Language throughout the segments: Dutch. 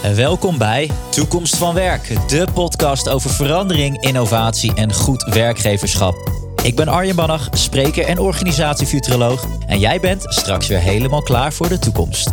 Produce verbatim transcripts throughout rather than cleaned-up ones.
Welkom bij Toekomst van Werk, de podcast over verandering, innovatie en goed werkgeverschap. Ik ben Arjen Bannach, spreker en organisatiefuturoloog en jij bent straks weer helemaal klaar voor de toekomst.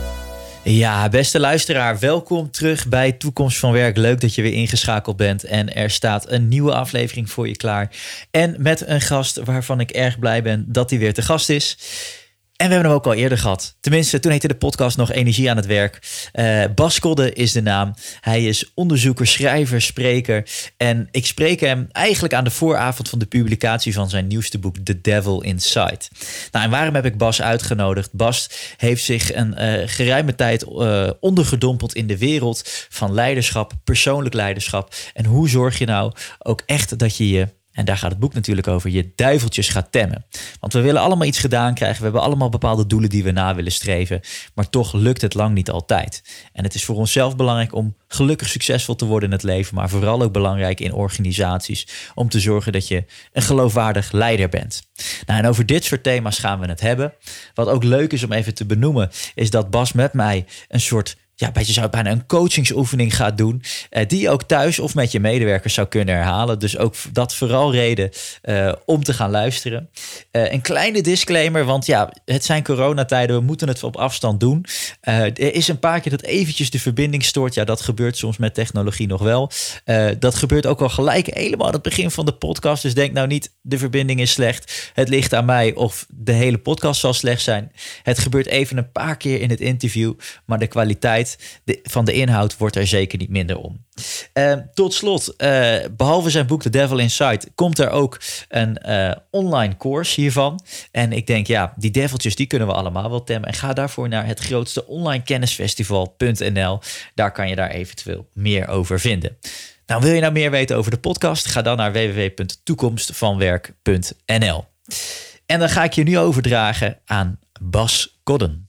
Ja, beste luisteraar, welkom terug bij Toekomst van Werk. Leuk dat je weer ingeschakeld bent en er staat een nieuwe aflevering voor je klaar. En met een gast waarvan ik erg blij ben dat hij weer te gast is. En we hebben hem ook al eerder gehad. Tenminste, toen heette de podcast nog Energie aan het Werk. Uh, Bas Kodde is de naam. Hij is onderzoeker, schrijver, spreker. En ik spreek hem eigenlijk aan de vooravond van de publicatie van zijn nieuwste boek The Devil Inside. Nou, en waarom heb ik Bas uitgenodigd? Bas heeft zich een uh, geruime tijd uh, ondergedompeld in de wereld van leiderschap, persoonlijk leiderschap. En hoe zorg je nou ook echt dat je je... En daar gaat het boek natuurlijk over, je duiveltjes gaat temmen. Want we willen allemaal iets gedaan krijgen. We hebben allemaal bepaalde doelen die we na willen streven. Maar toch lukt het lang niet altijd. En het is voor onszelf belangrijk om gelukkig succesvol te worden in het leven. Maar vooral ook belangrijk in organisaties. Om te zorgen dat je een geloofwaardig leider bent. Nou, en over dit soort thema's gaan we het hebben. Wat ook leuk is om even te benoemen, is dat Bas met mij een soort... Ja, je zou bijna een coachingsoefening gaan doen. Uh, die je ook thuis of met je medewerkers zou kunnen herhalen. Dus ook dat vooral reden uh, om te gaan luisteren. Uh, een kleine disclaimer, want ja, het zijn coronatijden. We moeten het op afstand doen. Uh, er is een paar keer dat eventjes de verbinding stoort. Ja, dat gebeurt soms met technologie nog wel. Uh, dat gebeurt ook al gelijk helemaal aan het begin van de podcast. Dus denk nou niet, de verbinding is slecht. Het ligt aan mij of de hele podcast zal slecht zijn. Het gebeurt even een paar keer in het interview. Maar de kwaliteit De, van de inhoud wordt er zeker niet minder om. Uh, tot slot, uh, behalve zijn boek The Devil Inside, komt er ook een uh, online course hiervan. En ik denk, ja, die deviltjes die kunnen we allemaal wel temmen. En ga daarvoor naar het grootste online kennisfestival punt n l. Daar kan je daar eventueel meer over vinden. Nou, wil je nou meer weten over de podcast? Ga dan naar w w w punt toekomst van werk punt n l. En dan ga ik je nu overdragen aan Bas Kodden.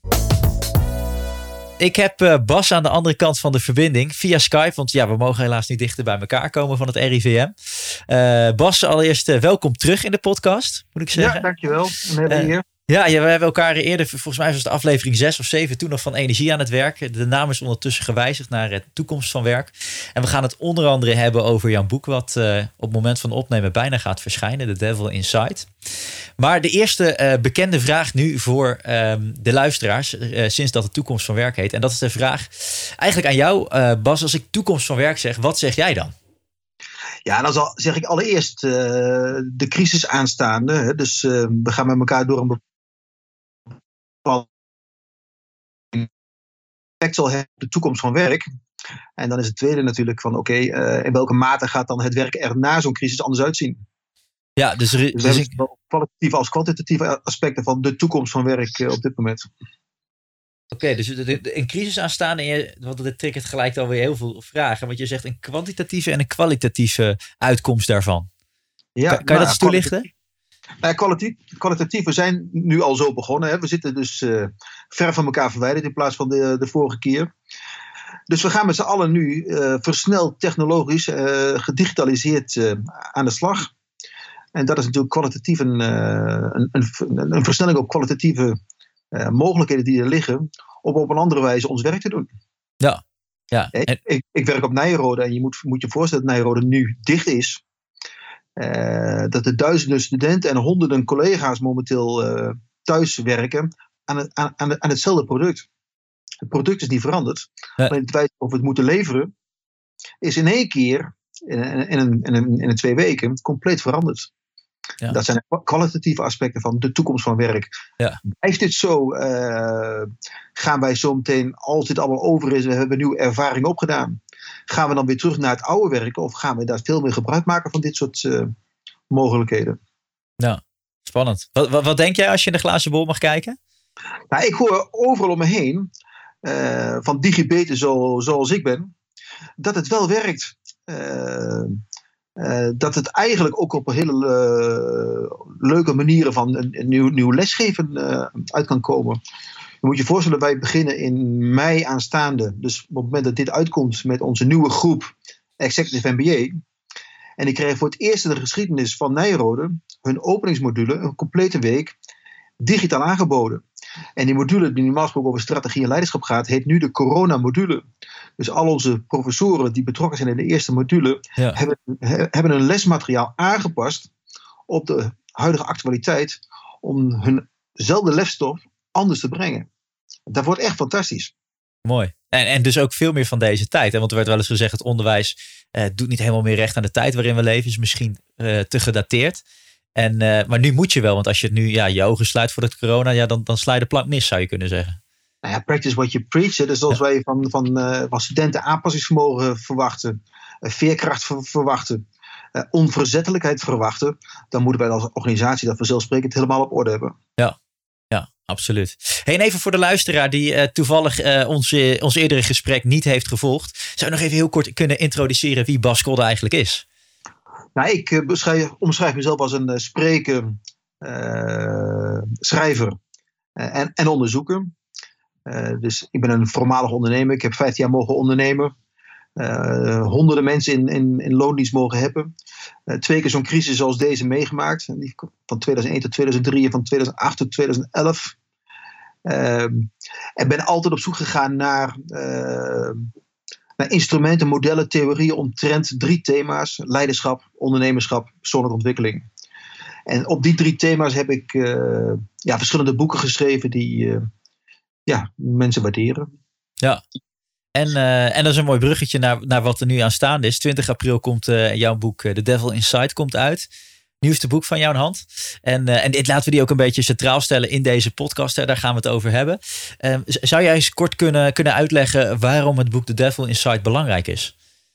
Ik heb uh, Bas aan de andere kant van de verbinding via Skype. Want ja, we mogen helaas niet dichter bij elkaar komen van het R I V M. Uh, Bas, allereerst uh, welkom terug in de podcast, moet ik zeggen. Ja, dankjewel. We hebben hier. Uh, ja, ja, we hebben elkaar eerder, volgens mij was het aflevering zes of zeven, toen nog van Energie aan het Werk. De naam is ondertussen gewijzigd naar het Toekomst van Werk. En we gaan het onder andere hebben over jouw boek, wat uh, op het moment van opnemen bijna gaat verschijnen, The Devil Inside. Maar de eerste uh, bekende vraag nu voor um, de luisteraars, uh, sinds dat het Toekomst van Werk heet. En dat is de vraag eigenlijk aan jou, uh, Bas. Als ik Toekomst van Werk zeg, wat zeg jij dan? Ja, dan zal, zeg ik allereerst uh, de crisis aanstaande. Hè? Dus uh, we gaan met elkaar door een bepaald effect zal hebben op de toekomst van werk. En dan is het tweede natuurlijk van oké, okay, uh, in welke mate gaat dan het werk er na zo'n crisis anders uitzien? Ja, dus, dus, dus dus ik... zowel kwalitatieve als kwantitatieve aspecten van de toekomst van werk uh, op dit moment. Oké, okay, dus de, de, een crisis aanstaande, en je, want dit triggert gelijk alweer heel veel vragen. Want je zegt een kwantitatieve en een kwalitatieve uitkomst daarvan. Ja, kan, kan je nou, dat eens toelichten? Nou, kwalitatief, kwalitatief, we zijn nu al zo begonnen. Hè. We zitten dus uh, ver van elkaar verwijderd in plaats van de, de vorige keer. Dus we gaan met z'n allen nu uh, versneld technologisch, uh, gedigitaliseerd uh, aan de slag. En dat is natuurlijk kwalitatief een, uh, een, een, een versnelling op kwalitatieve uh, mogelijkheden die er liggen, om op een andere wijze ons werk te doen. Ja. Ja. En... Ik, ik werk op Nijrode en je moet, moet je voorstellen dat Nijrode nu dicht is. Uh, dat er duizenden studenten en honderden collega's momenteel uh, thuis werken aan, het, aan, aan, aan hetzelfde product. Het product is niet veranderd. Ja. Alleen het wijze of we het moeten leveren is in één keer, in, in, in, een, in, een, in een twee weken, compleet veranderd. Ja. Dat zijn de kwalitatieve aspecten van de toekomst van werk. Ja. Blijft dit zo? Uh, gaan wij zo meteen, als dit allemaal over is, we hebben nieuwe ervaring opgedaan, gaan we dan weer terug naar het oude werken? Of gaan we daar veel meer gebruik maken van dit soort uh, mogelijkheden? Ja, spannend. Wat, wat, wat denk jij als je in de glazen bol mag kijken? Nou, ik hoor overal om me heen, uh, van digibeten zo, zoals ik ben, dat het wel werkt. Uh, uh, dat het eigenlijk ook op een hele uh, leuke manieren van een, een nieuw, nieuw lesgeven uh, uit kan komen. Je moet je voorstellen, wij beginnen in mei aanstaande. Dus op het moment dat dit uitkomt met onze nieuwe groep Executive M B A. En die krijgen voor het eerst in de geschiedenis van Nijrode hun openingsmodule, een complete week, digitaal aangeboden. En die module die normaal gesproken over strategie en leiderschap gaat, heet nu de corona-module. Dus al onze professoren die betrokken zijn in de eerste module, Ja. hebben, he, hebben hun lesmateriaal aangepast op de huidige actualiteit om hunzelfde lesstof anders te brengen. Dat wordt echt fantastisch. Mooi. En, en dus ook veel meer van deze tijd. Hè? Want er werd wel eens gezegd, het onderwijs eh, doet niet helemaal meer recht aan de tijd waarin we leven. Is misschien uh, te gedateerd. En, uh, maar nu moet je wel. Want als je het nu ja, je ogen sluit voor het corona, ja, dan, dan sla je de plank mis, zou je kunnen zeggen. Nou ja, practice what you preach. Hè. Dus als ja. wij van, van, uh, van studenten aanpassingsvermogen verwachten, uh, veerkracht ver, verwachten, uh, onverzettelijkheid verwachten, dan moeten wij als organisatie dat vanzelfsprekend helemaal op orde hebben. Ja. Ja, absoluut. Hey, en even voor de luisteraar die uh, toevallig uh, ons, uh, ons eerdere gesprek niet heeft gevolgd. Zou je nog even heel kort kunnen introduceren wie Bas Kodde eigenlijk is? Nou, ik uh, beschrijf, omschrijf mezelf als een uh, spreker, uh, schrijver uh, en, en onderzoeker. Uh, dus ik ben een voormalig ondernemer. Ik heb vijftien jaar mogen ondernemen. Uh, honderden mensen in, in, in loondienst mogen hebben. Uh, twee keer zo'n crisis zoals deze meegemaakt. Van tweeduizend één tot tweeduizend drie en van tweeduizend acht tot tweeduizend elf. Uh, en ben altijd op zoek gegaan naar, uh, naar instrumenten, modellen, theorieën omtrent drie thema's. Leiderschap, ondernemerschap, persoonlijke ontwikkeling. En op die drie thema's heb ik uh, ja, verschillende boeken geschreven die uh, ja, mensen waarderen. Ja. En, uh, en dat is een mooi bruggetje naar, naar wat er nu aanstaande is. twintig april komt uh, jouw boek uh, The Devil Inside komt uit. Nieuwste boek van jouw hand. En, uh, en dit laten we die ook een beetje centraal stellen in deze podcast. Hè. Daar gaan we het over hebben. Uh, zou jij eens kort kunnen, kunnen uitleggen waarom het boek The Devil Inside belangrijk is?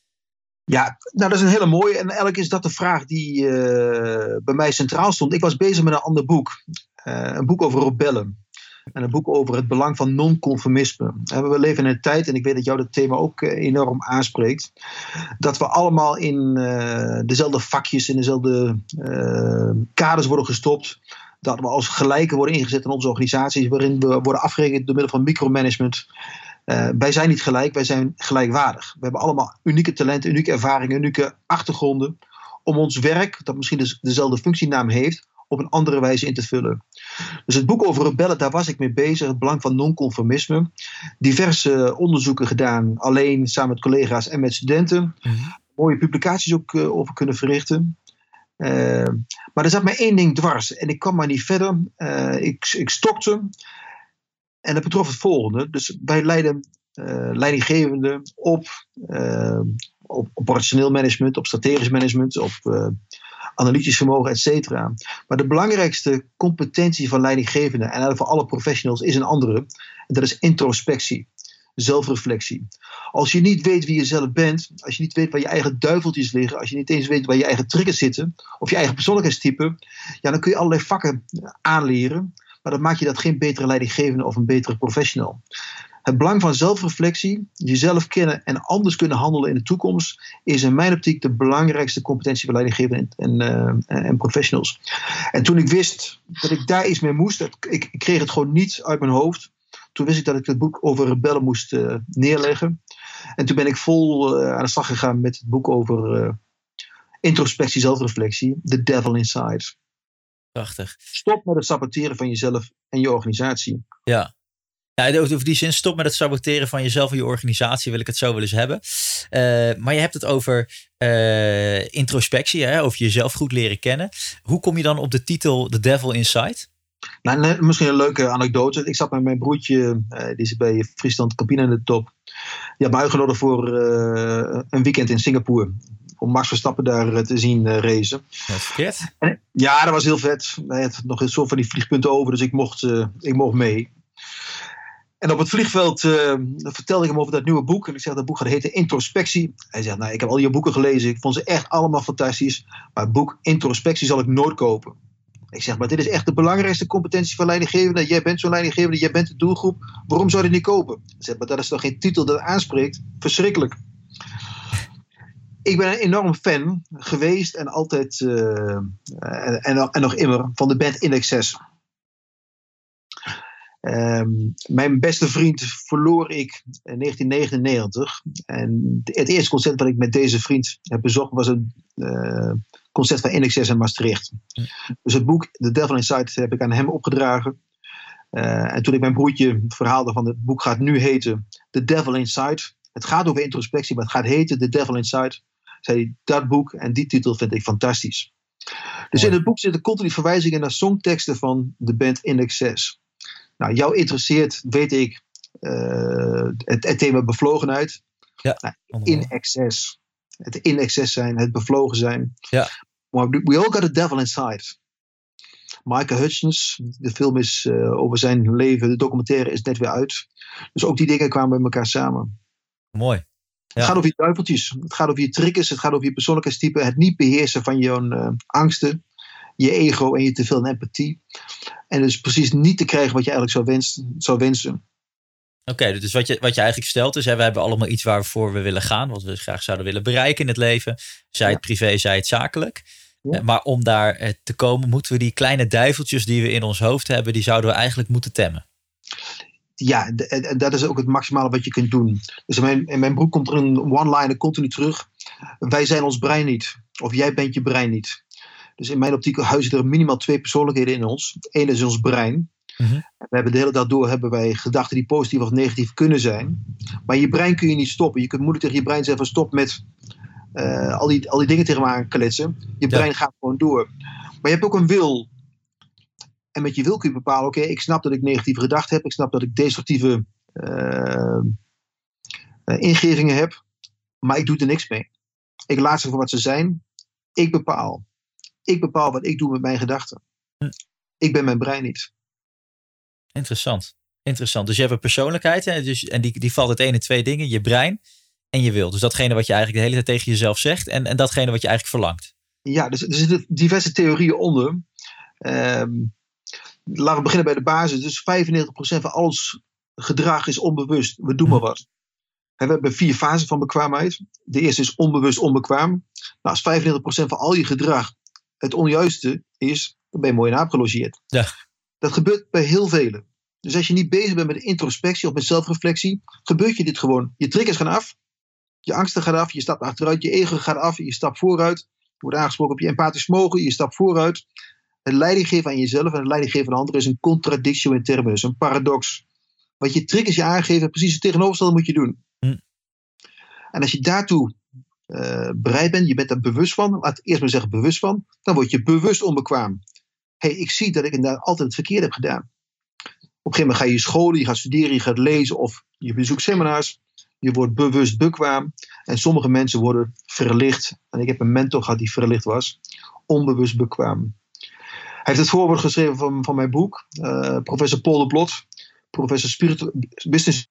Ja, nou dat is een hele mooie. En eigenlijk is dat de vraag die uh, bij mij centraal stond. Ik was bezig met een ander boek. Uh, een boek over rebellen. En een boek over het belang van non-conformisme. We leven in een tijd, en ik weet dat jou dat thema ook enorm aanspreekt, dat we allemaal in uh, dezelfde vakjes, in dezelfde uh, kaders worden gestopt. Dat we als gelijken worden ingezet in onze organisaties, waarin we worden afgerekend door middel van micromanagement. Uh, wij zijn niet gelijk, wij zijn gelijkwaardig. We hebben allemaal unieke talenten, unieke ervaringen, unieke achtergronden om ons werk, dat misschien de, dezelfde functienaam heeft, op een andere wijze in te vullen. Dus het boek over rebellen, daar was ik mee bezig. Het belang van non-conformisme. Diverse onderzoeken gedaan, alleen samen met collega's en met studenten. Mm-hmm. Mooie publicaties ook uh, over kunnen verrichten. Uh, maar er zat mij één ding dwars. En ik kwam maar niet verder. Uh, ik, ik stokte. En dat betrof het volgende. Dus wij leiden uh, leidinggevenden op, uh, op operationeel management, op strategisch management, op Uh, analytisch vermogen, et cetera. Maar de belangrijkste competentie van leidinggevenden en voor alle professionals is een andere. En dat is introspectie, zelfreflectie. Als je niet weet wie je zelf bent, als je niet weet waar je eigen duiveltjes liggen, als je niet eens weet waar je eigen triggers zitten, of je eigen persoonlijkheidstype, ja, dan kun je allerlei vakken aanleren, maar dan maak je dat geen betere leidinggevende of een betere professional. Het belang van zelfreflectie, jezelf kennen en anders kunnen handelen in de toekomst, is in mijn optiek de belangrijkste competentie voor leidinggevenden en, en, uh, en professionals. En toen ik wist dat ik daar iets mee moest, ik, ik kreeg het gewoon niet uit mijn hoofd. Toen wist ik dat ik het boek over rebellen moest uh, neerleggen. En toen ben ik vol uh, aan de slag gegaan met het boek over uh, introspectie, zelfreflectie, The Devil Inside. Prachtig. Stop met het saboteren van jezelf en je organisatie. Ja. Ja, over die zin, stop met het saboteren van jezelf en je organisatie, wil ik het zo wel eens hebben. Uh, maar je hebt het over uh, introspectie, hè, over jezelf goed leren kennen. Hoe kom je dan op de titel The Devil Inside? Nou, misschien een leuke anekdote. Ik zat met mijn broertje, uh, die is bij Friesland Campina in de top. Die had me uitgenodigd voor uh, een weekend in Singapore. Om Max Verstappen daar uh, te zien uh, racen. Dat is verkeerd. En, ja, dat was heel vet. Hij had nog een soort van die vliegpunten over, dus ik mocht, uh, ik mocht mee. En op het vliegveld uh, vertelde ik hem over dat nieuwe boek. En ik zeg, dat boek gaat heten Introspectie. Hij zegt, nou, ik heb al je boeken gelezen. Ik vond ze echt allemaal fantastisch. Maar het boek Introspectie zal ik nooit kopen. Ik zeg, maar dit is echt de belangrijkste competentie van leidinggevende. Jij bent zo'n leidinggevende, jij bent de doelgroep. Waarom zou je het niet kopen? Ik zeg, maar dat is toch geen titel dat aanspreekt? Verschrikkelijk. Ik ben een enorm fan geweest en altijd, uh, en, en, en nog immer, van de band In Excess. Um, mijn beste vriend verloor ik in negentien negenennegentig. En het eerste concert wat ik met deze vriend heb bezocht was een uh, concert van In Excess in Maastricht. Hm. Dus het boek The Devil Inside heb ik aan hem opgedragen. Uh, en toen ik mijn broertje verhaalde van het boek gaat nu heten The Devil Inside, Het gaat over introspectie, maar het gaat heten The Devil Inside. Zei hij, dat boek en die titel vind ik fantastisch. Dus Mooi. in het boek zitten continu verwijzingen naar songteksten van de band In Excess. Nou, jou interesseert, weet ik, uh, het, het thema bevlogenheid. Ja, nou, in excess. Het in excess zijn, het bevlogen zijn. Ja. We all got a devil inside. Michael Hutchins, de film is uh, over zijn leven, de documentaire is net weer uit. Dus ook die dingen kwamen bij elkaar samen. Mooi. Ja. Het gaat over je duiveltjes, het gaat over je triggers, het gaat over je persoonlijkheidstype, het niet beheersen van je uh, angsten, je ego en je teveel empathie. En dus precies niet te krijgen wat je eigenlijk zou wensen. Zou wensen. Oké, okay, dus wat je, wat je eigenlijk stelt is, hè, we hebben allemaal iets waarvoor we willen gaan, wat we graag zouden willen bereiken in het leven. Zij het ja. privé, zij het zakelijk. Ja. Maar om daar te komen, moeten we die kleine duiveltjes die we in ons hoofd hebben, die zouden we eigenlijk moeten temmen. Ja, en dat is ook het maximale wat je kunt doen. Dus in mijn, in mijn boek komt er een one-liner continu terug. Wij zijn ons brein niet. Of jij bent je brein niet. Dus in mijn optiek huizen er minimaal twee persoonlijkheden in ons. Eén is ons brein. Mm-hmm. We hebben de hele dag door hebben wij gedachten die positief of negatief kunnen zijn. Maar je brein kun je niet stoppen. Je kunt moeilijk tegen je brein zeggen van stop met uh, al, die, al die dingen tegen me aan kletsen. Je brein ja. gaat gewoon door. Maar je hebt ook een wil. En met je wil kun je bepalen, oké, okay, ik snap dat ik negatieve gedachten heb. Ik snap dat ik destructieve uh, uh, ingevingen heb. Maar ik doe er niks mee. Ik laat ze voor wat ze zijn. Ik bepaal. Ik bepaal wat ik doe met mijn gedachten. Hm. Ik ben mijn brein niet. Interessant. Interessant. Dus je hebt een persoonlijkheid. Hè? Dus, en die, die valt uit één en twee dingen. Je brein en je wil. Dus datgene wat je eigenlijk de hele tijd tegen jezelf zegt. En, en datgene wat je eigenlijk verlangt. Ja, dus er zitten diverse theorieën onder. Um, laten we beginnen bij de basis. Dus vijfennegentig procent van al ons gedrag is onbewust. We doen maar wat. We hebben vier fasen van bekwaamheid. De eerste is onbewust onbekwaam. Nou, als vijfennegentig procent van al je gedrag het onjuiste is, dan ben je mooi in aap gelogeerd. Ja. Dat gebeurt bij heel velen. Dus als je niet bezig bent met introspectie of met zelfreflectie, gebeurt je dit gewoon. Je triggers gaan af, je angsten gaan af, je stapt achteruit, je ego gaat af, je stapt vooruit. Je wordt aangesproken op je empathisch vermogen, je stapt vooruit. Het leiding geven aan jezelf en het leiding geven aan anderen is een contradictio in terminus, een paradox. Wat je triggers je aangeven, precies het tegenovergestelde moet je doen. Hm. En als je daartoe uh, bereid bent, je bent er bewust van, laat ik eerst maar zeggen bewust van, dan word je bewust onbekwaam. Hé, hey, ik zie dat ik inderdaad altijd het verkeerde heb gedaan. Op een gegeven moment ga je scholen, je gaat studeren, je gaat lezen of je bezoekt seminars. Je wordt bewust bekwaam. En sommige mensen worden verlicht. En ik heb een mentor gehad die verlicht was. Onbewust bekwaam. Hij heeft het voorwoord geschreven van, van mijn boek. Uh, professor Paul de Blot. Professor Spiritu- Business.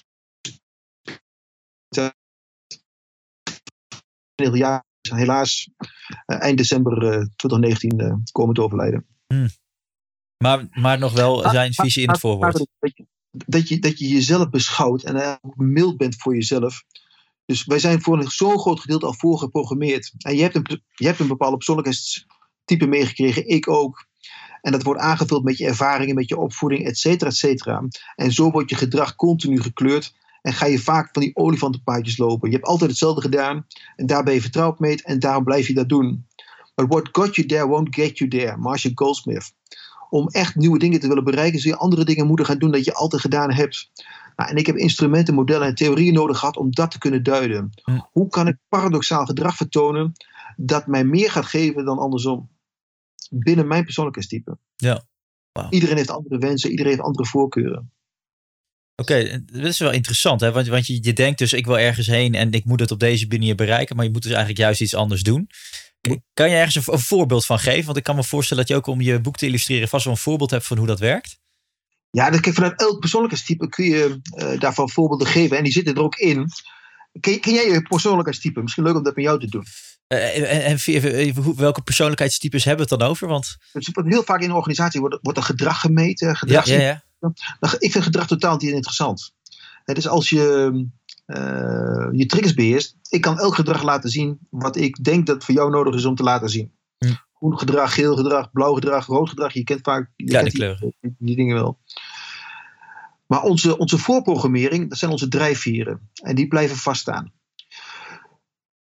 Ja, helaas uh, eind december uh, twintig negentien uh, komen te overlijden. Hmm. Maar, maar nog wel zijn visie in het voorwoord. Dat je, dat je, dat je jezelf beschouwt en uh, mild bent voor jezelf. Dus wij zijn voor een zo'n groot gedeelte al voorgeprogrammeerd. En je hebt een, je hebt een bepaalde persoonlijkheidstype meegekregen, ik ook. En dat wordt aangevuld met je ervaringen, met je opvoeding, et cetera, et cetera. En zo wordt je gedrag continu gekleurd. En ga je vaak van die olifantenpaadjes lopen. Je hebt altijd hetzelfde gedaan. En daar ben je vertrouwd mee. En daarom blijf je dat doen. But what got you there won't get you there. Marshall Goldsmith. Om echt nieuwe dingen te willen bereiken, zul je andere dingen moeten gaan doen dat je altijd gedaan hebt. Nou, en ik heb instrumenten, modellen en theorieën nodig gehad om dat te kunnen duiden. Hm. Hoe kan ik paradoxaal gedrag vertonen dat mij meer gaat geven dan andersom? Binnen mijn persoonlijkheidstype. Ja. Wow. Iedereen heeft andere wensen, iedereen heeft andere voorkeuren. Oké, okay, dat is wel interessant. Hè? Want, want je, je denkt dus, ik wil ergens heen en ik moet het op deze manier bereiken. Maar je moet dus eigenlijk juist iets anders doen. Kan je ergens een, een voorbeeld van geven? Want ik kan me voorstellen dat je ook om je boek te illustreren vast wel een voorbeeld hebt van hoe dat werkt. Ja, dus kijk, vanuit elk persoonlijkheidstype kun je uh, daarvan voorbeelden geven. En die zitten er ook in. Ken, ken jij je persoonlijkheidstype? Misschien leuk om dat met jou te doen. Uh, en, en welke persoonlijkheidstypes hebben we het dan over? Want... Dus heel vaak in een organisatie wordt, wordt er gedrag gemeten. Gedrag ja, ja, ja. Nou, ik vind gedrag totaal niet interessant. Het is als je uh, je triggers beheerst. Ik kan elk gedrag laten zien wat ik denk dat voor jou nodig is om te laten zien. Hm. Groen gedrag, geel gedrag, blauw gedrag, rood gedrag. Je kent vaak je ja, kent die, kleuren. Die, die dingen wel. Maar onze, onze voorprogrammering, dat zijn onze drijfveren. En die blijven vaststaan.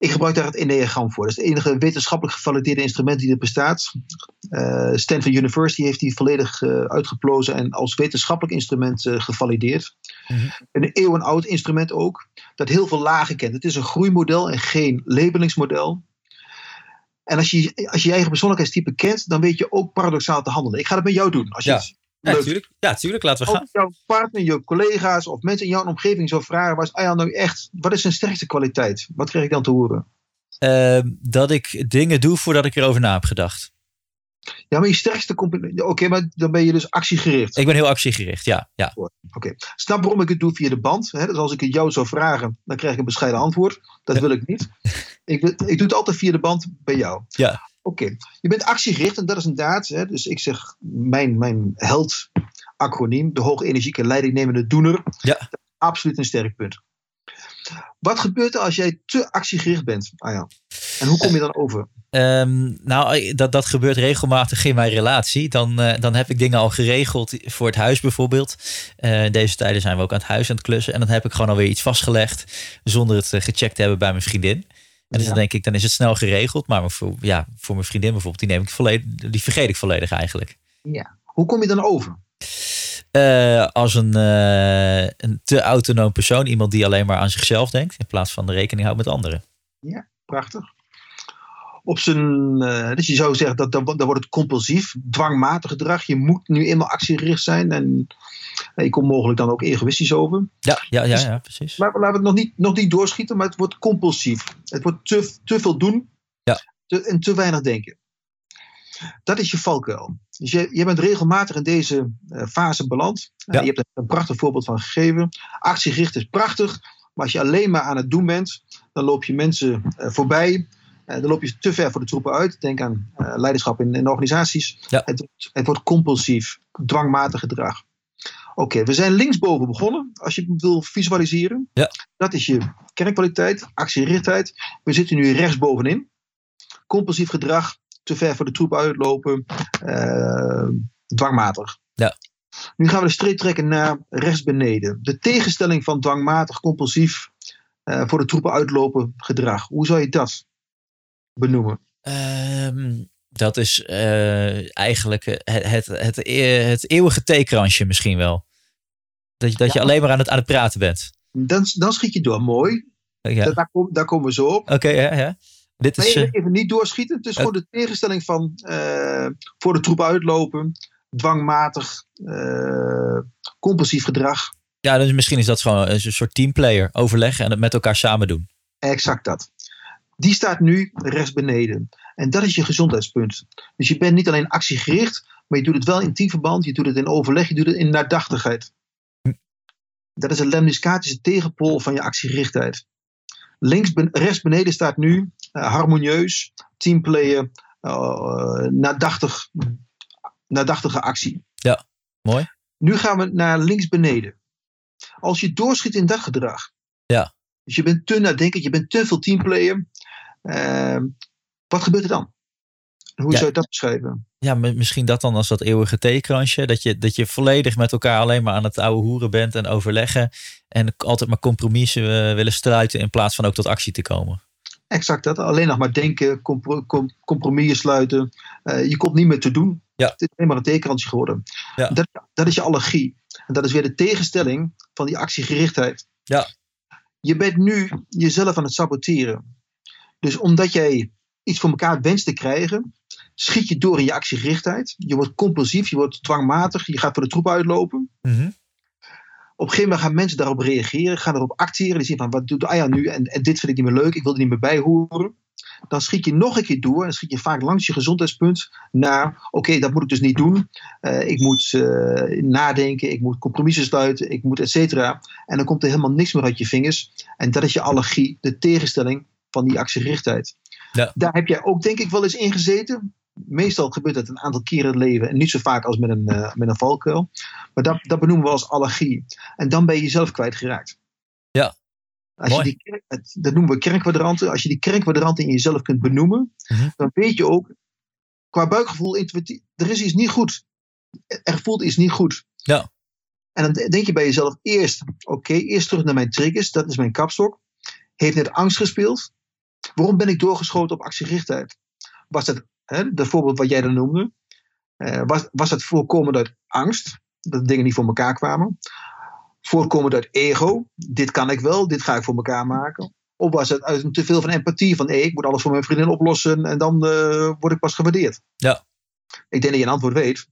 Ik gebruik daar het Enneagram voor. Dat is het enige wetenschappelijk gevalideerde instrument die er bestaat. Uh, Stanford University heeft die volledig uh, uitgeplozen en als wetenschappelijk instrument uh, gevalideerd. Mm-hmm. Een eeuwenoud instrument ook, dat heel veel lagen kent. Het is een groeimodel en geen labelingsmodel. En als je, als je je eigen persoonlijkheidstype kent, dan weet je ook paradoxaal te handelen. Ik ga dat met jou doen. Als je ja. het Ja, tuurlijk. Ja, tuurlijk. Laten we gaan. Als jouw partner, je collega's of mensen in jouw omgeving zou vragen, waar is Arjan nou echt, wat is zijn sterkste kwaliteit? Wat krijg ik dan te horen? Uh, dat ik dingen doe voordat ik erover na heb gedacht. Ja, maar je sterkste component. Oké, okay, maar dan ben je dus actiegericht. Ik ben heel actiegericht, ja. ja. Oké. Okay. Snap waarom ik het doe via de band? Hè? Dus als ik het jou zou vragen, dan krijg ik een bescheiden antwoord. Dat ja. wil ik niet. ik, ik doe het altijd via de band bij jou. Ja. Oké, okay. Je bent actiegericht en dat is inderdaad, hè, dus ik zeg mijn, mijn held acroniem, de hoge energieke leidingnemende doener. Ja. Dat is absoluut een sterk punt. Wat gebeurt er als jij te actiegericht bent, Arjan? En hoe kom je dan over? Um, nou, dat, dat gebeurt regelmatig in mijn relatie. Dan, uh, dan heb ik dingen al geregeld voor het huis bijvoorbeeld. Uh, deze tijden zijn we ook aan het huis aan het klussen. En dan heb ik gewoon alweer iets vastgelegd zonder het uh, gecheckt te hebben bij mijn vriendin. En dus ja. dan denk ik, dan is het snel geregeld. Maar voor, ja, voor mijn vriendin bijvoorbeeld, die, neem ik volledig, die vergeet ik volledig eigenlijk. Ja. Hoe kom je dan over? Uh, als een, uh, een te autonoom persoon. Iemand die alleen maar aan zichzelf denkt. In plaats van de rekening houdt met anderen. Ja, prachtig. Op zijn, uh, dus je zou zeggen, dat, dan, dan wordt het compulsief, dwangmatig gedrag. Je moet nu eenmaal actiegericht zijn. En je komt mogelijk dan ook egoïstisch over. Ja, ja, ja, ja precies. Maar laten we het nog niet, nog niet doorschieten, maar het wordt compulsief. Het wordt te, te veel doen ja. te, en te weinig denken. Dat is je valkuil. Dus je, je bent regelmatig in deze uh, fase beland. Uh, ja. Je hebt er een prachtig voorbeeld van gegeven. Actiegericht is prachtig, maar als je alleen maar aan het doen bent, dan loop je mensen uh, voorbij. Uh, dan loop je te ver voor de troepen uit. Denk aan uh, leiderschap in, in organisaties. Ja. Het, het wordt compulsief, dwangmatig gedrag. Oké, okay, we zijn linksboven begonnen, als je het wil visualiseren. Ja. Dat is je kernkwaliteit, actiegerichtheid. We zitten nu rechtsbovenin. Compulsief gedrag, te ver voor de troep uitlopen, uh, dwangmatig. Ja. Nu gaan we de streep trekken naar rechtsbeneden. De tegenstelling van dwangmatig, compulsief, uh, voor de troepen uitlopen gedrag. Hoe zou je dat benoemen? Um, dat is uh, eigenlijk het, het, het, het eeuwige theekransje misschien wel. Dat je, dat ja. je alleen maar aan het, aan het praten bent. Dan, dan schiet je door, mooi. Ja. Daar, daar komen we zo op. Oké, okay, ja, ja. Dit maar is, even, even niet doorschieten. Het is uh, gewoon de tegenstelling van uh, voor de troep uitlopen, dwangmatig, uh, compulsief gedrag. Ja, dus misschien is dat gewoon een soort teamplayer. Overleggen en het met elkaar samen doen. Exact dat. Die staat nu rechts beneden. En dat is je gezondheidspunt. Dus je bent niet alleen actiegericht, maar je doet het wel in teamverband, je doet het in overleg, je doet het in naardachtigheid. Hm. Dat is een lemniscatische tegenpool van je actiegerichtheid. Links, ben, rechts beneden staat nu uh, harmonieus, teamplayer, uh, naardachtig, naardachtige actie. Ja, mooi. Nu gaan we naar links beneden. Als je doorschiet in dat gedrag. Ja. Dus je bent te nadenkend, je bent te veel teamplayer. Uh, wat gebeurt er dan? Hoe ja. zou je dat beschrijven? Ja, misschien dat dan als dat eeuwige theekransje. Dat je, dat je volledig met elkaar alleen maar aan het ouwe hoeren bent en overleggen. En altijd maar compromissen uh, willen sluiten in plaats van ook tot actie te komen. Exact dat. Alleen nog maar denken, compro- com- compromissen sluiten. Uh, je komt niet meer te doen. Ja. Het is alleen maar een theekransje geworden. Ja. Dat, dat is je allergie. En dat is weer de tegenstelling van die actiegerichtheid. Ja. Je bent nu jezelf aan het saboteren. Dus omdat jij iets voor elkaar wenst te krijgen, schiet je door in je actiegerichtheid. Je wordt compulsief, je wordt dwangmatig, je gaat voor de troep uitlopen. Mm-hmm. Op een gegeven moment gaan mensen daarop reageren, gaan erop acteren. Die zien van, wat doet Arjan nu? En, en dit vind ik niet meer leuk, ik wil er niet meer bij horen. Dan schiet je nog een keer door en schiet je vaak langs je gezondheidspunt naar, oké, okay, dat moet ik dus niet doen. Uh, ik moet uh, nadenken, ik moet compromissen sluiten, ik moet et cetera. En dan komt er helemaal niks meer uit je vingers. En dat is je allergie, de tegenstelling van die actiegerichtheid. Ja. Daar heb jij ook denk ik wel eens in gezeten. Meestal gebeurt dat een aantal keren in het leven en niet zo vaak als met een, uh, met een valkuil. Maar dat, dat benoemen we als allergie. En dan ben je jezelf kwijtgeraakt. Ja. Als je die, dat noemen we kernkwadranten. Als je die kernkwadranten in jezelf kunt benoemen, mm-hmm. dan weet je ook, qua buikgevoel, intuïtief, er is iets niet goed. Er voelt iets niet goed. Ja. En dan denk je bij jezelf eerst, oké, okay, eerst terug naar mijn triggers, dat is mijn kapstok. Heeft net angst gespeeld? Waarom ben ik doorgeschoten op actiegerichtheid? Was dat, hè, dat voorbeeld wat jij dan noemde, uh, was, was dat voorkomend uit angst, dat dingen niet voor elkaar kwamen? Voorkomend uit ego, dit kan ik wel, dit ga ik voor elkaar maken? Of was het uit te veel van empathie, van hey, ik moet alles voor mijn vriendin oplossen en dan uh, word ik pas gewaardeerd? Ja. Ik denk dat je een antwoord weet.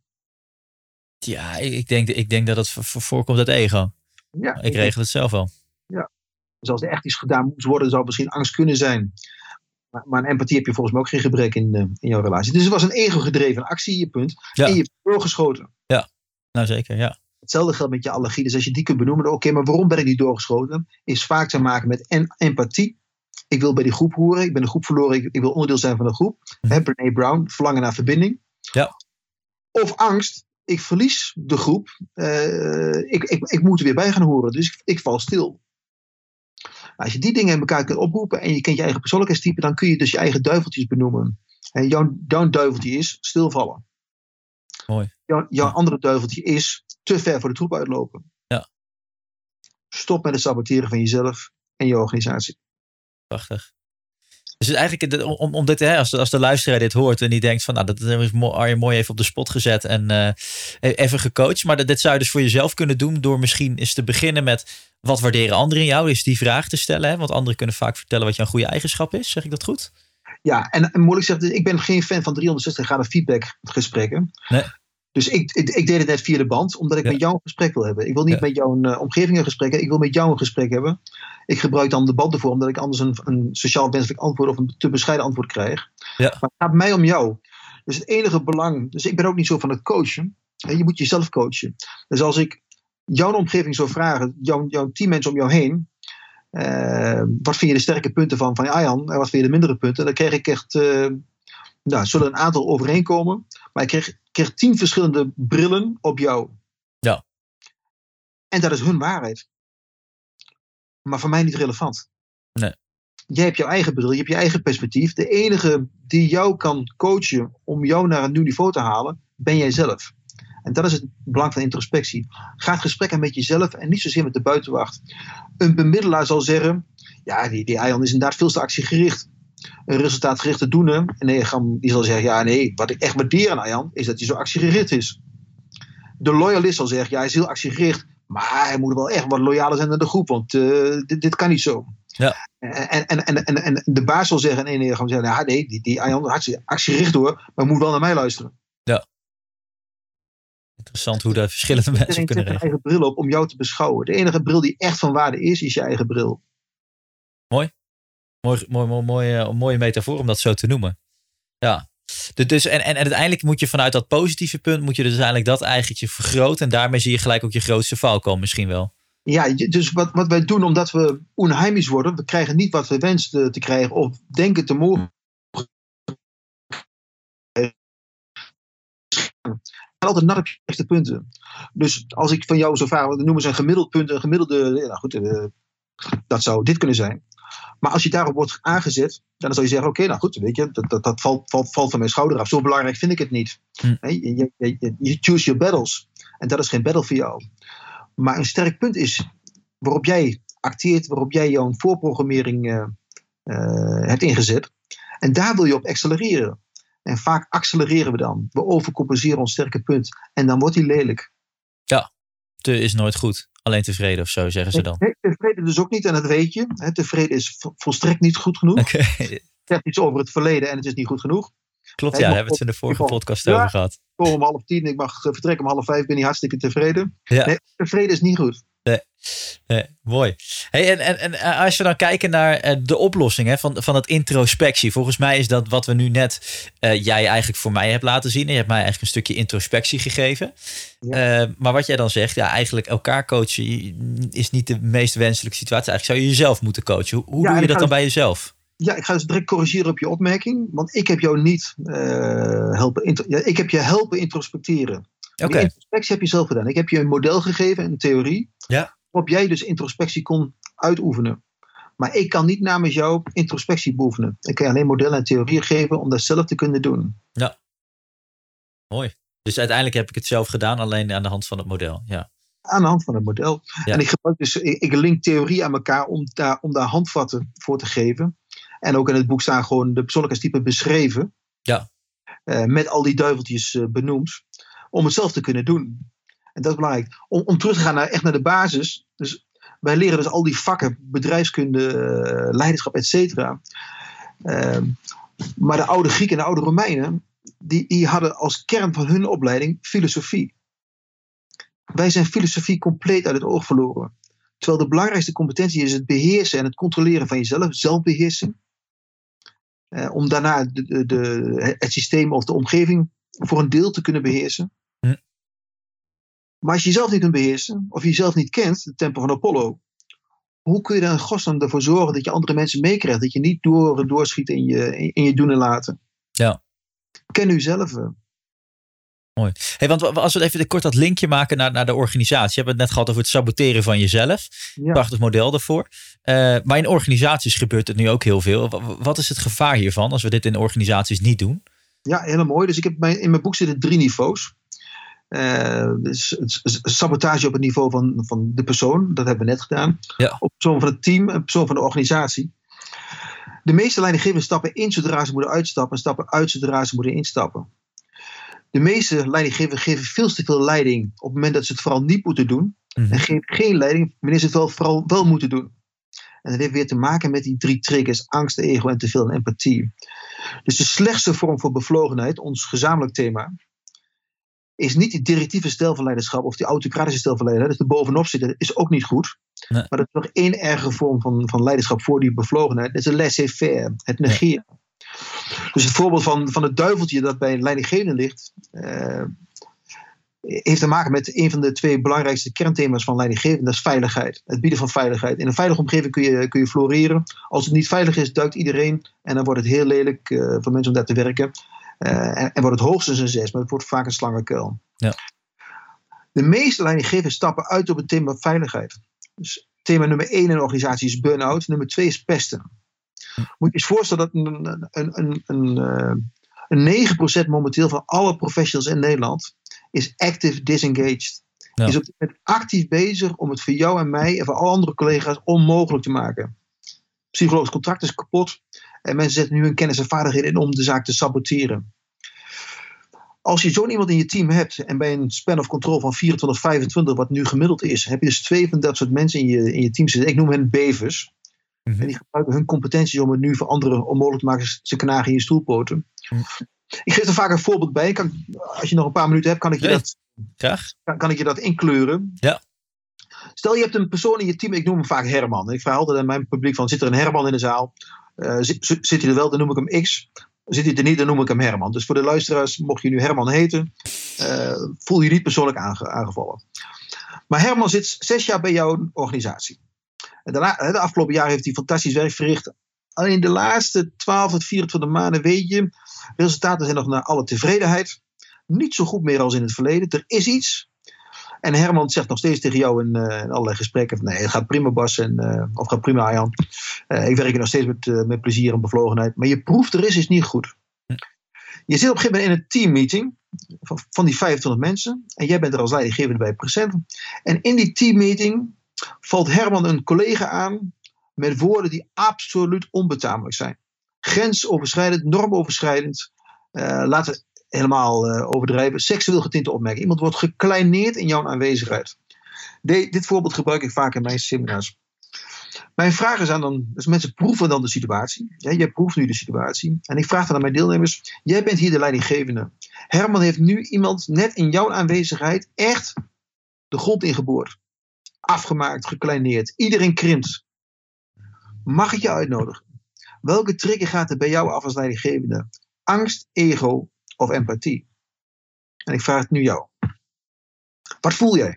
Ja, ik denk, ik denk dat het voorkomt uit ego. Ja, ik regel het zelf wel. Ja. Dus als er echt iets gedaan moest worden, zou het misschien angst kunnen zijn. Maar, maar een empathie heb je volgens mij ook geen gebrek in, uh, in jouw relatie. Dus het was een ego-gedreven actie, je punt. Ja. En je hebt doorgeschoten. Ja, nou zeker, ja. Hetzelfde geldt met je allergie. Dus als je die kunt benoemen, oké, okay, maar waarom ben ik niet doorgeschoten? Is vaak te maken met en, empathie. Ik wil bij die groep horen. Ik ben de groep verloren. Ik, ik wil onderdeel zijn van de groep. Hm. Hè, Brené Brown, verlangen naar verbinding. Ja. Of angst. Ik verlies de groep. Uh, ik, ik, ik moet er weer bij gaan horen. Dus ik, ik val stil. Als je die dingen in elkaar kunt oproepen en je kent je eigen persoonlijkheidstype, dan kun je dus je eigen duiveltjes benoemen. En jouw, jouw duiveltje is stilvallen. Mooi. Jouw, jouw ja. andere duiveltje is te ver voor de troep uitlopen. Ja. Stop met het saboteren van jezelf en je organisatie. Prachtig. Dus eigenlijk, om, om dit, hè, als, de, als de luisteraar dit hoort en die denkt van, nou, dat is Arjen mooi even op de spot gezet en uh, even gecoacht. Maar dat, dit zou je dus voor jezelf kunnen doen door misschien eens te beginnen met, wat waarderen anderen in jou? Is die vraag te stellen, hè? Want anderen kunnen vaak vertellen wat jouw goede eigenschap is. Zeg ik dat goed? Ja, en, en moeilijk zeggen, ik ben geen fan van driehonderdzestig graden feedback gesprekken. Nee. Dus ik, ik, ik deed het net via de band, omdat ik ja. met jou een gesprek wil hebben. Ik wil niet ja. met jouw uh, omgeving een gesprek hebben. Ik wil met jou een gesprek hebben. Ik gebruik dan de band ervoor, omdat ik anders een, een sociaal wenselijk antwoord of een te bescheiden antwoord krijg. Ja. Maar het gaat mij om jou. Dus het enige belang, dus ik ben ook niet zo van het coachen. Je moet jezelf coachen. Dus als ik jouw omgeving zou vragen, jouw, jouw teammensen om jou heen, uh, wat vind je de sterke punten van, van Arjan en wat vind je de mindere punten, dan krijg ik echt, uh, nou, zullen een aantal overeenkomen, maar ik krijg, krijg tien verschillende brillen op jou. Ja. En dat is hun waarheid. Maar voor mij niet relevant. Nee. Jij hebt jouw eigen bril, je hebt je eigen perspectief. De enige die jou kan coachen om jou naar een nieuw niveau te halen, ben jij zelf. En dat is het belang van introspectie. Ga het gesprek aan met jezelf en niet zozeer met de buitenwacht. Een bemiddelaar zal zeggen, ja, die, die Arjan is inderdaad veel te actiegericht. Een resultaatgerichte doener. En nee, die zal zeggen, ja nee, wat ik echt waardeer aan Arjan, is dat hij zo actiegericht is. De loyalist zal zeggen, ja, hij is heel actiegericht, maar hij moet wel echt wat loyaler zijn naar de groep, want uh, dit, dit kan niet zo. Ja. En, en, en, en, en de baas zal zeggen, nee, nee, gaan zeggen, ja, nee, die, die Arjan hartstikke actiegericht hoor, maar moet wel naar mij luisteren. Ja. Interessant hoe daar verschillende mensen Iedereen kunnen zet een eigen bril op om jou te beschouwen. De enige bril die echt van waarde is, is je eigen bril. Mooi. Mooi, mooi, mooi, mooi uh, mooie metafoor om dat zo te noemen. Ja. Dus, en, en uiteindelijk moet je vanuit dat positieve punt, moet je dus eigenlijk dat eigentje vergroten. En daarmee zie je gelijk ook je grootste valkuil misschien wel. Ja, dus wat, wat wij doen omdat we onheimisch worden, we krijgen niet wat we wensen te krijgen of denken te mogen. Altijd naar de juiste punten. Dus als ik van jou zo vraag, we noemen ze een gemiddeld punt, een gemiddelde, nou goed, uh, dat zou dit kunnen zijn. Maar als je daarop wordt aangezet, dan zou je zeggen, oké, okay, nou goed, weet je, dat, dat, dat valt, valt, valt van mijn schouder af. Zo belangrijk vind ik het niet. Hm. Je, je, je, je choose your battles. En dat is geen battle voor jou. Maar een sterk punt is waarop jij acteert, waarop jij jouw voorprogrammering uh, uh, hebt ingezet. En daar wil je op accelereren. En vaak accelereren we dan. We overcompenseren ons sterke punt. En dan wordt die lelijk. Ja, te is nooit goed. Alleen tevreden of zo, zeggen ze dan. Nee, tevreden dus ook niet, en dat weet je. He, tevreden is volstrekt niet goed genoeg. Okay. Het zegt iets over het verleden en het is niet goed genoeg. Klopt, ja, daar hebben we het in de vorige podcast ja, over gehad. Ik om half tien, ik mag vertrekken om half vijf, ben je hartstikke tevreden. Ja. Nee, tevreden is niet goed. Nee, nee, mooi. Hey, en, en, en als we dan kijken naar de oplossing hè, van, van het introspectie. Volgens mij is dat wat we nu net uh, jij eigenlijk voor mij hebt laten zien. Je hebt mij eigenlijk een stukje introspectie gegeven. Ja. Uh, maar wat jij dan zegt, ja, eigenlijk elkaar coachen is niet de meest wenselijke situatie. Eigenlijk zou je jezelf moeten coachen. Hoe, hoe ja, doe je dat dan dus, bij jezelf? Ja, ik ga dus direct corrigeren op je opmerking. Want ik heb jou niet uh, helpen, intro- ja, ik heb je helpen introspecteren. Okay. Die introspectie heb je zelf gedaan. Ik heb je een model gegeven, een theorie, ja. waarop jij dus introspectie kon uitoefenen. Maar ik kan niet namens jou introspectie beoefenen. Ik kan je alleen modellen en theorieën geven om dat zelf te kunnen doen. Ja, mooi. Dus uiteindelijk heb ik het zelf gedaan, alleen aan de hand van het model. Ja. Aan de hand van het model. Ja. En ik gebruik dus, ik, ik link theorie aan elkaar om daar, om daar handvatten voor te geven. En ook in het boek staan gewoon de persoonlijkheidstypen beschreven. Ja. Uh, met al die duiveltjes uh, benoemd. Om het zelf te kunnen doen. En dat is belangrijk. Om, om terug te gaan naar, echt naar de basis. Dus wij leren dus al die vakken. Bedrijfskunde, uh, leiderschap, et cetera. Uh, maar de oude Grieken en de oude Romeinen. Die, die hadden als kern van hun opleiding filosofie. Wij zijn filosofie compleet uit het oog verloren. Terwijl de belangrijkste competentie is het beheersen en het controleren van jezelf. Zelfbeheersing. Uh, om daarna de, de, de, het systeem of de omgeving voor een deel te kunnen beheersen. Hm. Maar als je jezelf niet kunt beheersen, of je jezelf niet kent, de tempel van Apollo, hoe kun je dan in godsnaam ervoor zorgen dat je andere mensen meekrijgt? Dat je niet door, doorschiet in je, in je doen en laten. Ja. Ken u zelf. Uh. Mooi. Hey, want als we even kort dat linkje maken naar, naar de organisatie. We hebben het net gehad over het saboteren van jezelf. Ja. Prachtig model daarvoor. Uh, maar in organisaties gebeurt het nu ook heel veel. Wat is het gevaar hiervan als we dit in organisaties niet doen? Ja, heel mooi. Dus ik heb mijn, in mijn boek zitten drie niveaus. Uh, dus sabotage op het niveau van, van de persoon. Dat hebben we net gedaan. Ja. Op het persoon van het team en persoon van de organisatie. De meeste leidinggevenden stappen in zodra ze moeten uitstappen. En stappen uit zodra ze moeten instappen. De meeste leidinggevenden geven veel te veel leiding op het moment dat ze het vooral niet moeten doen. Mm-hmm. En geven geen leiding wanneer ze het wel, vooral wel moeten doen. En dat heeft weer te maken met die drie triggers. Angst, ego en teveel empathie. Dus de slechtste vorm van bevlogenheid, ons gezamenlijk thema, is niet die directieve stijl van leiderschap of die autocratische stijl van leiderschap. Dus er bovenop zitten is ook niet goed. Nee. Maar dat is nog één erge vorm van, van leiderschap voor die bevlogenheid. Dat is een laissez-faire, het negeren. Ja. Dus het voorbeeld van, van het duiveltje dat bij een leidinggevende ligt, uh, heeft te maken met een van de twee belangrijkste kernthema's van leidinggevende. Dat is veiligheid. Het bieden van veiligheid. In een veilige omgeving kun je, kun je floreren. Als het niet veilig is, duikt iedereen. En dan wordt het heel lelijk uh, voor mensen om daar te werken. Uh, en, en wordt het hoogstens een zes, maar het wordt vaak een slangenkuil. Ja. De meeste leidinggevenden stappen uit op het thema veiligheid. Dus thema nummer één in een organisatie is burn-out. Nummer twee is pesten. Moet je eens voorstellen dat een, een, een, een, een negen procent momenteel van alle professionals in Nederland is active disengaged. Ja. Is op dit moment actief bezig om het voor jou en mij en voor alle andere collega's onmogelijk te maken. Psychologisch contract is kapot en mensen zetten nu hun kennis en vaardigheden in om de zaak te saboteren. Als je zo'n iemand in je team hebt en bij een span of control van vierentwintig, vijfentwintig, wat nu gemiddeld is, heb je dus twee van dat soort mensen in je, in je team zitten. Ik noem hen bevers. Mm-hmm. En die gebruiken hun competenties om het nu voor anderen onmogelijk te maken. Ze knagen in je stoelpoten. Mm-hmm. Ik geef er vaak een voorbeeld bij. Kan, als je nog een paar minuten hebt, kan ik je, nee, dat, graag. Kan, kan ik je dat inkleuren. Ja. Stel je hebt een persoon in je team, ik noem hem vaak Herman. Ik vraag altijd aan mijn publiek van, zit er een Herman in de zaal? Uh, zit, zit hij er wel, dan noem ik hem X. Zit hij er niet, dan noem ik hem Herman. Dus voor de luisteraars, mocht je nu Herman heten, uh, voel je niet persoonlijk aange, aangevallen. Maar Herman zit zes jaar bij jouw organisatie. En daarna, de afgelopen jaren heeft hij fantastisch werk verricht. Alleen de laatste twaalf tot vierentwintig maanden weet je, resultaten zijn nog naar alle tevredenheid. Niet zo goed meer als in het verleden. Er is iets. En Herman zegt nog steeds tegen jou in, uh, in allerlei gesprekken van, nee, het gaat prima Bas, en, uh, of gaat prima Arjan. Uh, ik werk hier nog steeds met, uh, met plezier en bevlogenheid. Maar je proeft, er is iets niet goed. Je zit op een gegeven moment in een teammeeting van, van die vijfentwintig mensen. En jij bent er als leidinggevende bij present. En in die teammeeting valt Herman een collega aan met woorden die absoluut onbetamelijk zijn. Grensoverschrijdend, normoverschrijdend. Uh, laten we helemaal uh, overdrijven. Seksueel getinte opmerking. Iemand wordt gekleineerd in jouw aanwezigheid. De, dit voorbeeld gebruik ik vaak in mijn seminars. Mijn vraag is aan dan, dus mensen proeven dan de situatie. Ja, jij proeft nu de situatie. En ik vraag dan aan mijn deelnemers, jij bent hier de leidinggevende. Herman heeft nu iemand net in jouw aanwezigheid echt de grond ingeboord. Afgemaakt, gekleineerd. Iedereen krimpt. Mag ik je uitnodigen? Welke trigger gaat er bij jou af als leidinggevende? Angst, ego of empathie? En ik vraag het nu jou. Wat voel jij?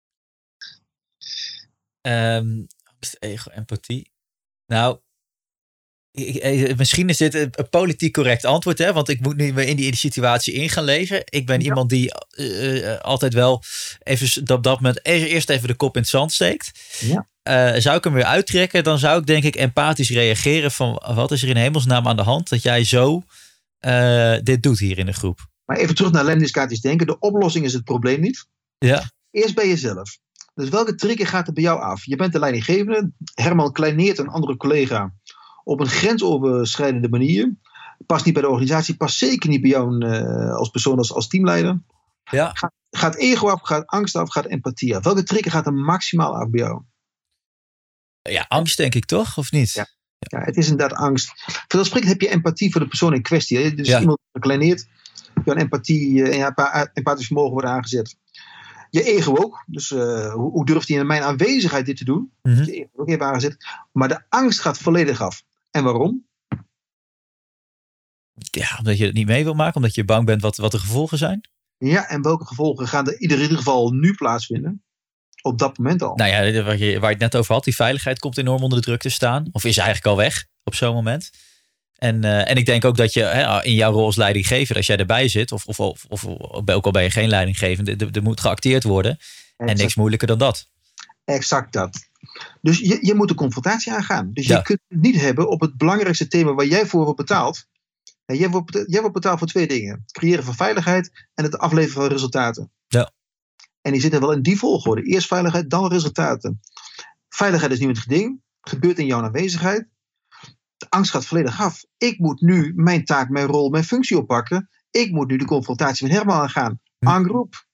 Um, angst, ego, empathie. Nou, ik, ik, misschien is dit een, een politiek correct antwoord, hè? Want ik moet nu in die, in die situatie in gaan leven. Ik ben ja. iemand die uh, altijd wel even op dat moment eerst even de kop in het zand steekt. Ja. Uh, zou ik hem weer uittrekken, dan zou ik denk ik empathisch reageren van wat is er in hemelsnaam aan de hand dat jij zo uh, dit doet hier in de groep. Maar even terug naar lemniscatisch denken. De oplossing is het probleem niet. Ja. Eerst bij jezelf. Dus welke trigger gaat er bij jou af? Je bent de leidinggevende. Herman kleineert een andere collega op een grensoverschrijdende manier. Past niet bij de organisatie, past zeker niet bij jou uh, als persoon, als, als teamleider. Ja. Gaat, gaat ego af, gaat angst af, gaat empathie af. Welke trigger gaat er maximaal af bij jou? Ja, angst denk ik toch, of niet? Ja, ja het is inderdaad angst. Vanzelfsprekend heb je empathie voor de persoon in kwestie. Hè? Dus ja. iemand gekleineerd, jouw empathie en jouw empathisch vermogen wordt aangezet. Je ego ook. Dus uh, hoe, hoe durft hij in mijn aanwezigheid dit te doen? Mm-hmm. Je ego ook even aangezet. Maar de angst gaat volledig af. En waarom? Ja, omdat je het niet mee wil maken, omdat je bang bent wat, wat de gevolgen zijn. Ja, en welke gevolgen gaan er in ieder geval nu plaatsvinden? Op dat moment al. Nou ja, waar je, waar je het net over had, die veiligheid komt enorm onder de druk te staan. Of is eigenlijk al weg op zo'n moment. En, uh, en ik denk ook dat je hè, in jouw rol als leidinggever, als jij erbij zit, of, of, of, of ook al ben je geen leidinggevende, er, er moet geacteerd worden. Exact. En niks moeilijker dan dat. Exact dat. Dus je, je moet de confrontatie aangaan. Dus je ja. kunt het niet hebben op het belangrijkste thema waar jij voor wordt betaald. En jij, wordt, jij wordt betaald voor twee dingen. Het creëren van veiligheid en het afleveren van resultaten. Ja. En die zitten wel in die volgorde. Eerst veiligheid, dan resultaten. Veiligheid is niet het geding. Gebeurt in jouw aanwezigheid. De angst gaat volledig af. Ik moet nu mijn taak, mijn rol, mijn functie oppakken. Ik moet nu de confrontatie met Herman aangaan. Hm. En groep.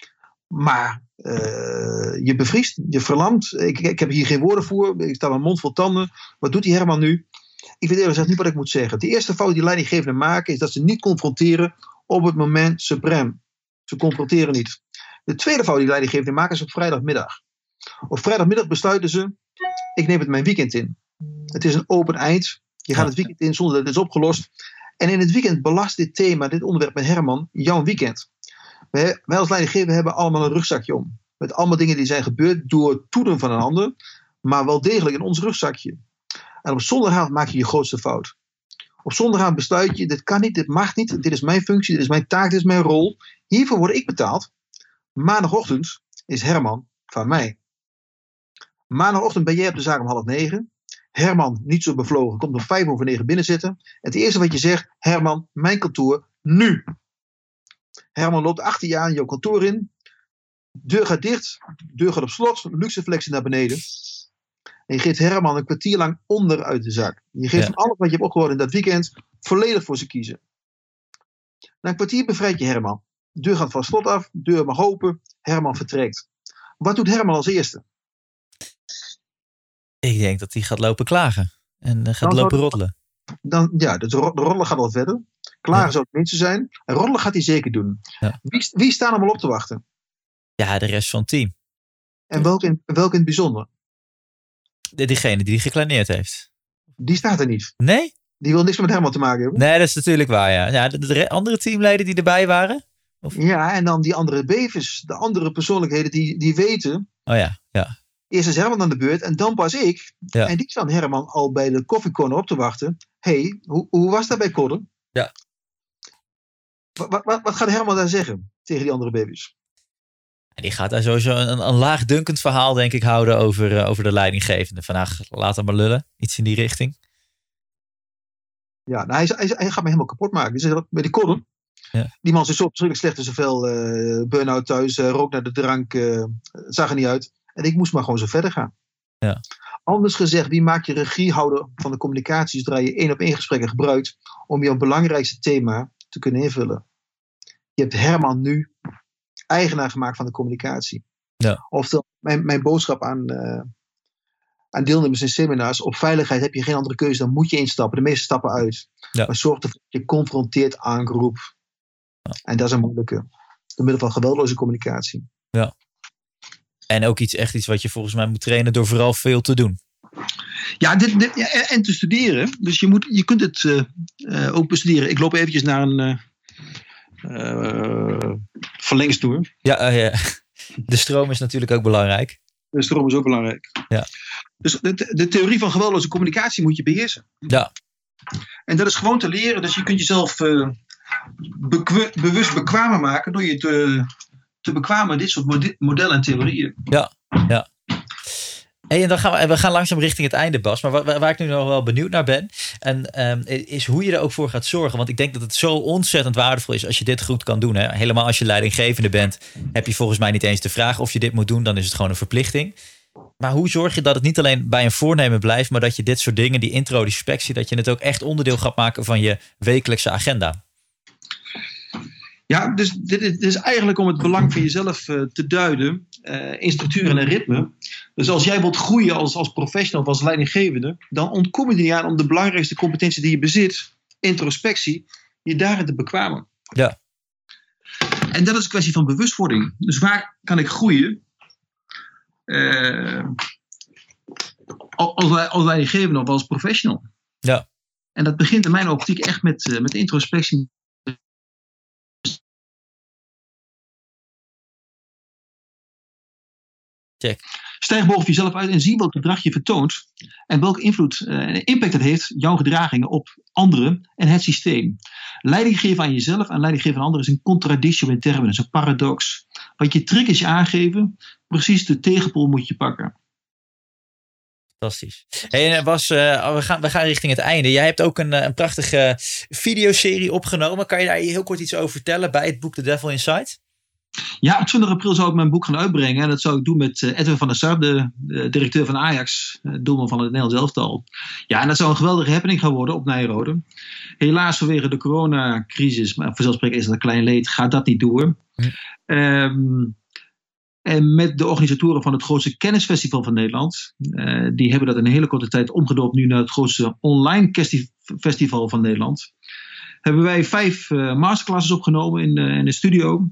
Maar uh, je bevriest, je verlamt. Ik, ik heb hier geen woorden voor. Ik sta met mijn mond vol tanden. Wat doet die Herman nu? Ik weet eerlijk gezegd niet wat ik moet zeggen. De eerste fout die leidinggevenden maken is dat ze niet confronteren op het moment suprem. Ze confronteren niet. De tweede fout die leidinggevenden maken is op vrijdagmiddag. Op vrijdagmiddag besluiten ze, ik neem het mijn weekend in. Het is een open eind. Je gaat het weekend in zonder dat het is opgelost. En in het weekend belast dit thema, dit onderwerp met Herman, jouw weekend. Wij, wij als leidinggever hebben allemaal een rugzakje om. Met allemaal dingen die zijn gebeurd door het toedoen van een ander. Maar wel degelijk in ons rugzakje. En op zondagavond maak je je grootste fout. Op zondagavond besluit je, dit kan niet, dit mag niet. Dit is mijn functie, dit is mijn taak, dit is mijn rol. Hiervoor word ik betaald. Maandagochtend is Herman van mij. Maandagochtend ben jij op de zaak om half negen. Herman, niet zo bevlogen, komt om vijf over negen binnen zitten. Het eerste wat je zegt, Herman, mijn kantoor, nu. Herman loopt achter je aan jouw kantoor in. Deur gaat dicht, deur gaat op slot, luxeflexie naar beneden. En je geeft Herman een kwartier lang onderuit de zaak. Je geeft ja. hem alles wat je hebt opgehouden in dat weekend volledig voor ze kiezen. Na een kwartier bevrijd je Herman. De deur gaat van slot af, de deur mag open, Herman vertrekt. Wat doet Herman als eerste? Ik denk dat hij gaat lopen klagen. En uh, gaat dan lopen roddelen. Dan, ja, de, de roddelen gaat al verder. Klagen ja. zou het minste zijn. En roddelen gaat hij zeker doen. Ja. Wie, wie staan allemaal op te wachten? Ja, de rest van het team. En welke in, welke in het bijzonder? De, diegene die die gekleineerd heeft. Die staat er niet. Nee? Die wil niks met Herman te maken hebben. Nee, dat is natuurlijk waar, ja. ja de, de andere teamleden die erbij waren? Of? Ja, en dan die andere bevers. De andere persoonlijkheden die, die weten. Oh ja, ja. Eerst is Herman aan de beurt en dan pas ik. Ja. En die staan Herman al bij de koffiecorner op te wachten. Hé, hey, hoe, hoe was dat bij Kodden? Ja. Wat, wat, wat gaat Herman daar zeggen tegen die andere baby's? Die gaat daar sowieso een, een laagdunkend verhaal, denk ik, houden over, uh, over de leidinggevende. Vandaag laat hem maar lullen. Iets in die richting. Ja, nou, hij, hij, hij gaat me helemaal kapot maken. Dus bij die Kodden. Ja. Die man is zo verschrikkelijk slecht en zoveel uh, burn-out thuis. Uh, rook naar de drank. Uh, zag er niet uit. En ik moest maar gewoon zo verder gaan. Ja. Anders gezegd, wie maakt je regiehouder van de communicatie zodra je één op één gesprekken gebruikt om jouw belangrijkste thema te kunnen invullen? Je hebt Herman nu eigenaar gemaakt van de communicatie. Ja. Oftewel, mijn, mijn boodschap aan, uh, aan deelnemers in seminars, op veiligheid heb je geen andere keuze, dan moet je instappen. De meeste stappen uit. Ja. Maar zorg ervoor dat je confronteert aan groep. Ja. En dat is een moeilijke. Door middel van geweldloze communicatie. Ja. En ook iets, echt iets wat je volgens mij moet trainen door vooral veel te doen. Ja, dit, dit, ja en te studeren. Dus je, moet, je kunt het uh, uh, ook bestuderen. Ik loop eventjes naar een uh, uh, verlengstoer. Ja, uh, ja, de stroom is natuurlijk ook belangrijk. De stroom is ook belangrijk. Ja. Dus de, de theorie van geweldloze communicatie moet je beheersen. Ja. En dat is gewoon te leren. Dus je kunt jezelf uh, bekwe- bewust bekwamer maken door je te... te bekwamen dit soort modellen en theorieën. Ja, ja. Hey, en dan gaan we, we gaan langzaam richting het einde, Bas. Maar waar, waar ik nu nog wel benieuwd naar ben, en, um, is hoe je er ook voor gaat zorgen. Want ik denk dat het zo ontzettend waardevol is als je dit goed kan doen. Hè? Helemaal als je leidinggevende bent, heb je volgens mij niet eens de vraag of je dit moet doen. Dan is het gewoon een verplichting. Maar hoe zorg je dat het niet alleen bij een voornemen blijft, maar dat je dit soort dingen, die introspectie, dat je het ook echt onderdeel gaat maken van je wekelijkse agenda? Ja, dus dit is, dit is eigenlijk om het belang van jezelf uh, te duiden uh, in structuur en in ritme. Dus als jij wilt groeien als, als professional of als leidinggevende, dan ontkom je er niet aan om de belangrijkste competentie die je bezit, introspectie, je daarin te bekwamen. Ja. En dat is een kwestie van bewustwording. Dus waar kan ik groeien? Uh, als, als leidinggevende of als professional. Ja. En dat begint in mijn optiek echt met, uh, met introspectie. Check. Stijg boven jezelf uit en zie welk gedrag je vertoont en welke invloed en uh, impact het heeft, jouw gedragingen, op anderen en het systeem. Leiding geven aan jezelf en leiding geven aan anderen is een contradictio in termen, is een paradox. Wat je triggers je aangeven, precies de tegenpool moet je pakken. Fantastisch. Hey, Bas, uh, we, gaan, we gaan richting het einde. Jij hebt ook een, een prachtige videoserie opgenomen. Kan je daar heel kort iets over vertellen bij het boek The Devil Inside? Ja, op twintig april zou ik mijn boek gaan uitbrengen. En dat zou ik doen met Edwin van der Sar, de, de directeur van Ajax, doelman van het Nederlands elftal. Ja, en dat zou een geweldige happening gaan worden op Nijrode. Helaas vanwege de coronacrisis, maar vanzelfsprekend is dat een klein leed, gaat dat niet door. Hm. Um, en met de organisatoren van het grootste kennisfestival van Nederland. Uh, die hebben dat in een hele korte tijd omgedoopt nu naar het grootste online festival van Nederland. Hebben wij vijf uh, masterclasses opgenomen in, uh, in de studio.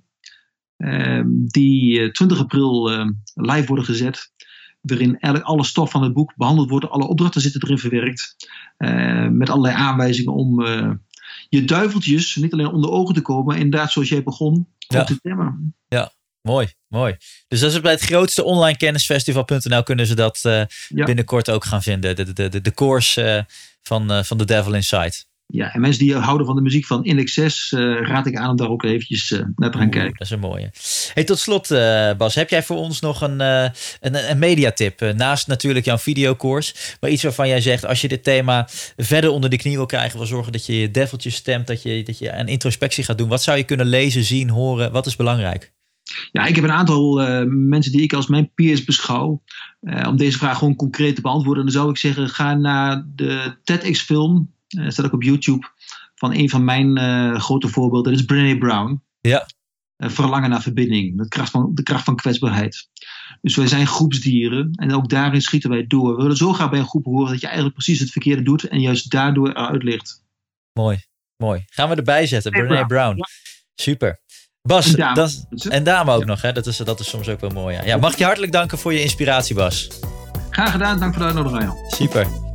Uh, die uh, twintig april uh, live worden gezet. Waarin eigenlijk alle stof van het boek behandeld wordt. Alle opdrachten zitten erin verwerkt. Uh, met allerlei aanwijzingen om uh, je duiveltjes niet alleen onder ogen te komen. Maar inderdaad, zoals jij begon, ja. te temmen. Ja, mooi, mooi. Dus dat is bij het grootste online kennisfestival punt n l kunnen ze dat uh, ja. binnenkort ook gaan vinden. De, de, de, de course uh, van, uh, van The Devil Inside. Ja, en mensen die houden van de muziek van In Excess, uh, raad ik aan om daar ook eventjes uh, naar te gaan Oeh, kijken. Dat is een mooie. Hey, tot slot uh, Bas, heb jij voor ons nog een, uh, een, een mediatip? Uh, naast natuurlijk jouw videocourse, maar iets waarvan jij zegt, als je dit thema verder onder de knie wil krijgen, wil zorgen dat je je deviltje stemt, dat je, dat je een introspectie gaat doen. Wat zou je kunnen lezen, zien, horen? Wat is belangrijk? Ja, ik heb een aantal uh, mensen die ik als mijn peers beschouw. Uh, om deze vraag gewoon concreet te beantwoorden. Dan zou ik zeggen, ga naar de TEDx-film. Dat uh, staat ook op YouTube. Van een van mijn uh, grote voorbeelden. Dat is Brené Brown. Ja. Uh, verlangen naar verbinding. De kracht, van, de kracht van kwetsbaarheid. Dus wij zijn groepsdieren. En ook daarin schieten wij door. We willen zo graag bij een groep horen dat je eigenlijk precies het verkeerde doet. En juist daardoor eruit ligt. Mooi, mooi. Gaan we erbij zetten. Brené Brown. Brown. Ja. Super. Bas, en dame, dat, en dame ook ja. nog, hè? Dat, is, dat is soms ook wel mooi. Ja. Ja, mag ik je hartelijk danken voor je inspiratie, Bas. Graag gedaan, dank voor de uitnodiging. Super.